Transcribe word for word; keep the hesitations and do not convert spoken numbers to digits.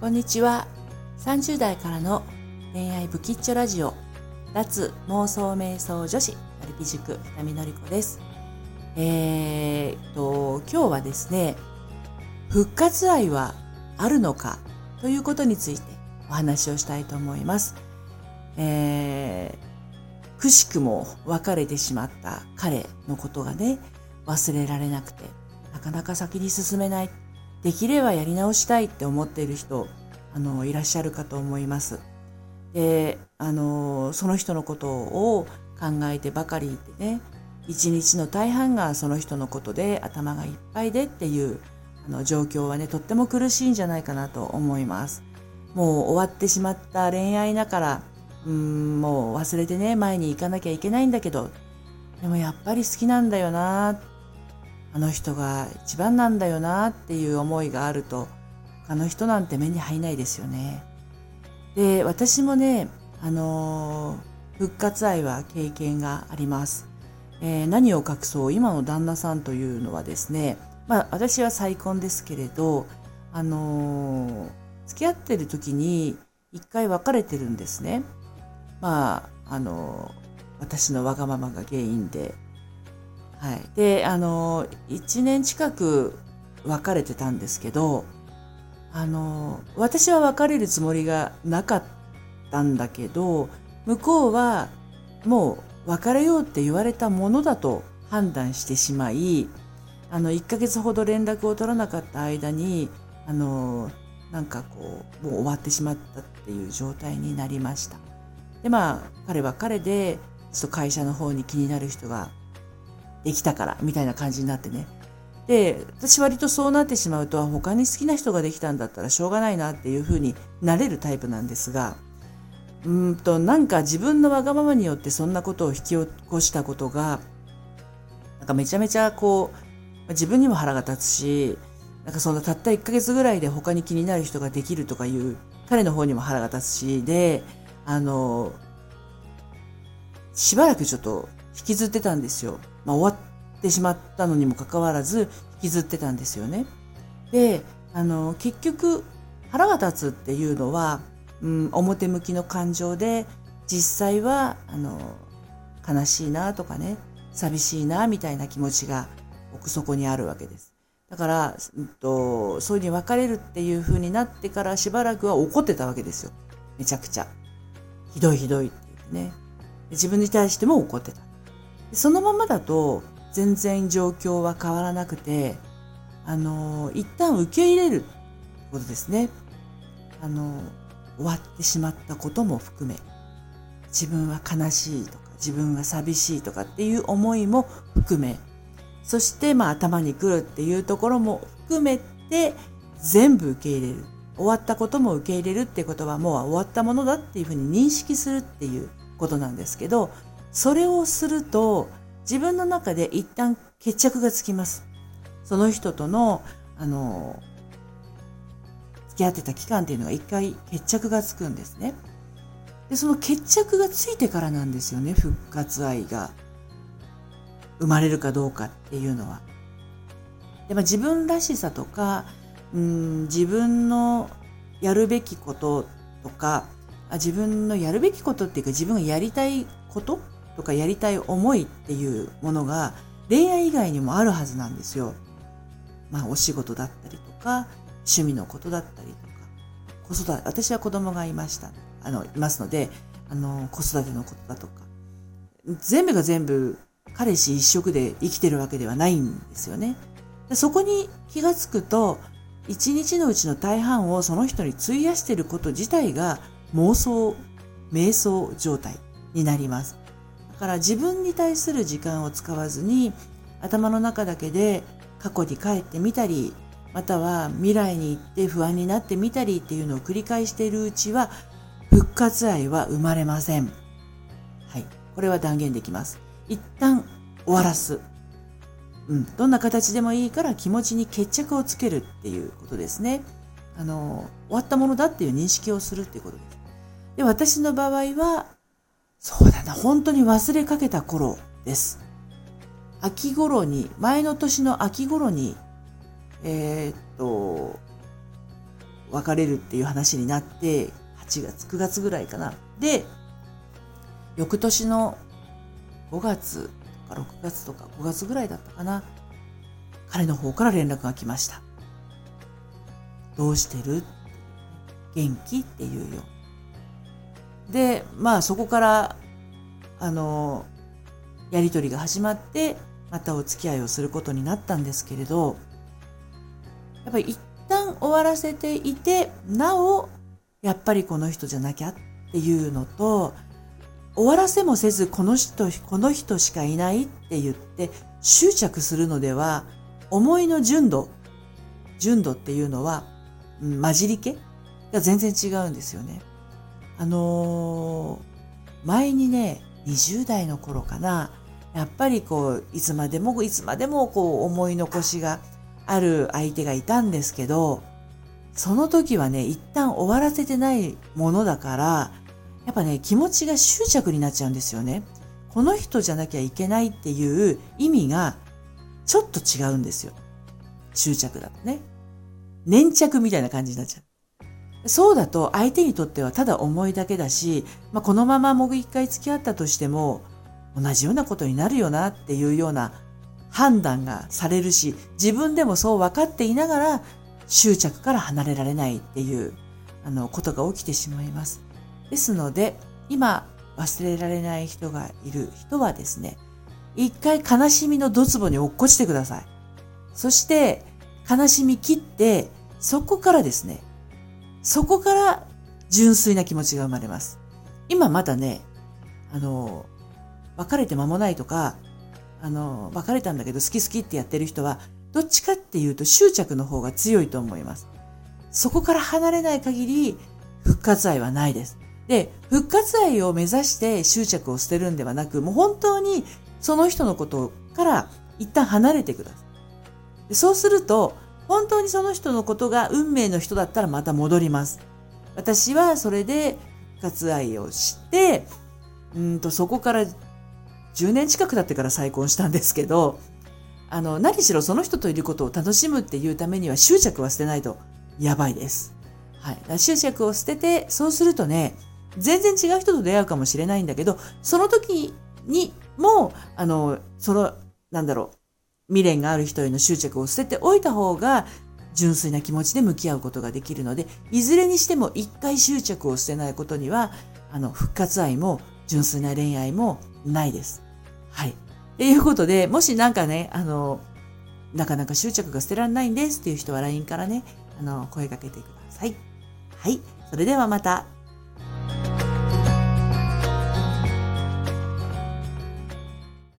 こんにちは。さんじゅう代からの恋愛ブキッチョラジオ脱妄想瞑想女子アルピ塾北見のりこです。えー、と今日はですね、復活愛はあるのかということについてお話をしたいと思います。えー、くしくも別れてしまった彼のことがね、忘れられなくてなかなか先に進めない、できればやり直したいって思っている人あのいらっしゃるかと思います。で、あのその人のことを考えてばかりいてね、一日の大半がその人のことで頭がいっぱいでっていうあの状況はね、とっても苦しいんじゃないかなと思います。もう終わってしまった恋愛だから、うーんもう忘れてね、前に行かなきゃいけないんだけど、でもやっぱり好きなんだよな、あの人が一番なんだよなっていう思いがあると、他の人なんて目に入んないですよね。で、私もね、あのー、復活愛は経験があります。えー、何を隠そう、今の旦那さんというのはですね、まあ私は再婚ですけれど、あのー、付き合ってる時に一回別れてるんですね。まあ、あのー、私のわがままが原因で。はい。で、あの、一年近く別れてたんですけど、あの、私は別れるつもりがなかったんだけど、向こうはもう別れようって言われたものだと判断してしまい、あの、いっかげつほど連絡を取らなかった間に、あの、なんかこう、もう終わってしまったっていう状態になりました。で、まあ、彼は彼で、ちょっと会社の方に気になる人ができたからみたいな感じになってね。で、私割とそうなってしまうと、他に好きな人ができたんだったらしょうがないなっていうふうになれるタイプなんですが、うーんとなんか自分のわがままによってそんなことを引き起こしたことが、なんかめちゃめちゃこう自分にも腹が立つし、なんかそんなたったいっかげつぐらいで他に気になる人ができるとかいう彼の方にも腹が立つし、で、あのしばらくちょっと引きずってたんですよ。まあ、終わってしまったのにもかかわらず引きずってたんですよね。で、あの結局腹が立つっていうのは、うん、表向きの感情で、実際はあの悲しいなとかね、寂しいなみたいな気持ちが奥底にあるわけです。だから、うんと、そういうふうに別れるっていう風になってからしばらくは怒ってたわけですよ。めちゃくちゃひどいひどいって言ってね。自分に対しても怒ってた。そのままだと全然状況は変わらなくて、あの一旦受け入れることですね。あの終わってしまったことも含め、自分は悲しいとか自分は寂しいとかっていう思いも含め、そしてまあ頭に来るっていうところも含めて全部受け入れる。終わったことも受け入れるってことは、もう終わったものだっていうふうに認識するっていうことなんですけど、それをすると自分の中で一旦決着がつきます。その人とのあの付き合ってた期間っていうのが一回決着がつくんですね。で、その決着がついてからなんですよね、復活愛が生まれるかどうかっていうのは。で、まあ、自分らしさとか、うん、自分のやるべきこととか、あ自分のやるべきことっていうか、自分がやりたいこととかやりたい思いっていうものが恋愛以外にもあるはずなんですよ。まあお仕事だったりとか、趣味のことだったりとか、子育て、私は子供がいました。あの、いますので、あの、子育てのことだとか、全部が全部彼氏一色で生きてるわけではないんですよね。でそこに気がつくと、一日のうちの大半をその人に費やしていること自体が妄想、瞑想状態になります。だから自分に対する時間を使わずに、頭の中だけで過去に帰ってみたり、または未来に行って不安になってみたりっていうのを繰り返しているうちは、復活愛は生まれません。はい。これは断言できます。一旦終わらす。うん。どんな形でもいいから気持ちに決着をつけるっていうことですね。あの、終わったものだっていう認識をするっていうことです。で、私の場合は、そうだな、本当に忘れかけた頃です。秋頃に、前の年の秋頃に、えー、っと、 別れるっていう話になって、はちがつ、くがつぐらいかな。で、翌年のごがつとかろくがつとかごがつぐらいだったかな。彼の方から連絡が来ました。どうしてる？元気？っていうよ。で、まあそこから、あの、やりとりが始まって、またお付き合いをすることになったんですけれど、やっぱり一旦終わらせていて、なお、やっぱりこの人じゃなきゃっていうのと、終わらせもせず、この人、この人しかいないって言って、執着するのでは、思いの純度、純度っていうのは、うん、混じり気が全然違うんですよね。あのー、前にね、にじゅう代の頃かな、やっぱりこう、いつまでも、いつまでもこう、思い残しがある相手がいたんですけど、その時はね、一旦終わらせてないものだから、やっぱね、気持ちが執着になっちゃうんですよね。この人じゃなきゃいけないっていう意味がちょっと違うんですよ。執着だとね。粘着みたいな感じになっちゃう。そうだと相手にとってはただ思いだけだし、まあ、このままもう一回付き合ったとしても同じようなことになるよなっていうような判断がされるし、自分でもそう分かっていながら執着から離れられないっていうあのことが起きてしまいます。ですので、今忘れられない人がいる人はですね、一回悲しみのドツボに落っこちてください。そして悲しみ切って、そこからですね、そこから純粋な気持ちが生まれます。今まだね、あの、別れて間もないとか、あの、別れたんだけど好き好きってやってる人は、どっちかっていうと執着の方が強いと思います。そこから離れない限り、復活愛はないです。で、復活愛を目指して執着を捨てるんではなく、もう本当にその人のことから一旦離れてください。そうすると、本当にその人のことが運命の人だったらまた戻ります。私はそれで復活愛をして、うんとそこからじゅうねん近く経ってから再婚したんですけど、あの、何しろその人といることを楽しむっていうためには執着は捨てないとやばいです。はい。執着を捨てて、そうするとね、全然違う人と出会うかもしれないんだけど、その時にも、あの、その、なんだろう、未練がある人への執着を捨てておいた方が、純粋な気持ちで向き合うことができるので、いずれにしても一回執着を捨てないことには、あの、復活愛も純粋な恋愛もないです。はい。ということで、もしなんかね、あの、なかなか執着が捨てられないんですっていう人は ライン からね、あの、声かけてください。はい。それではまた。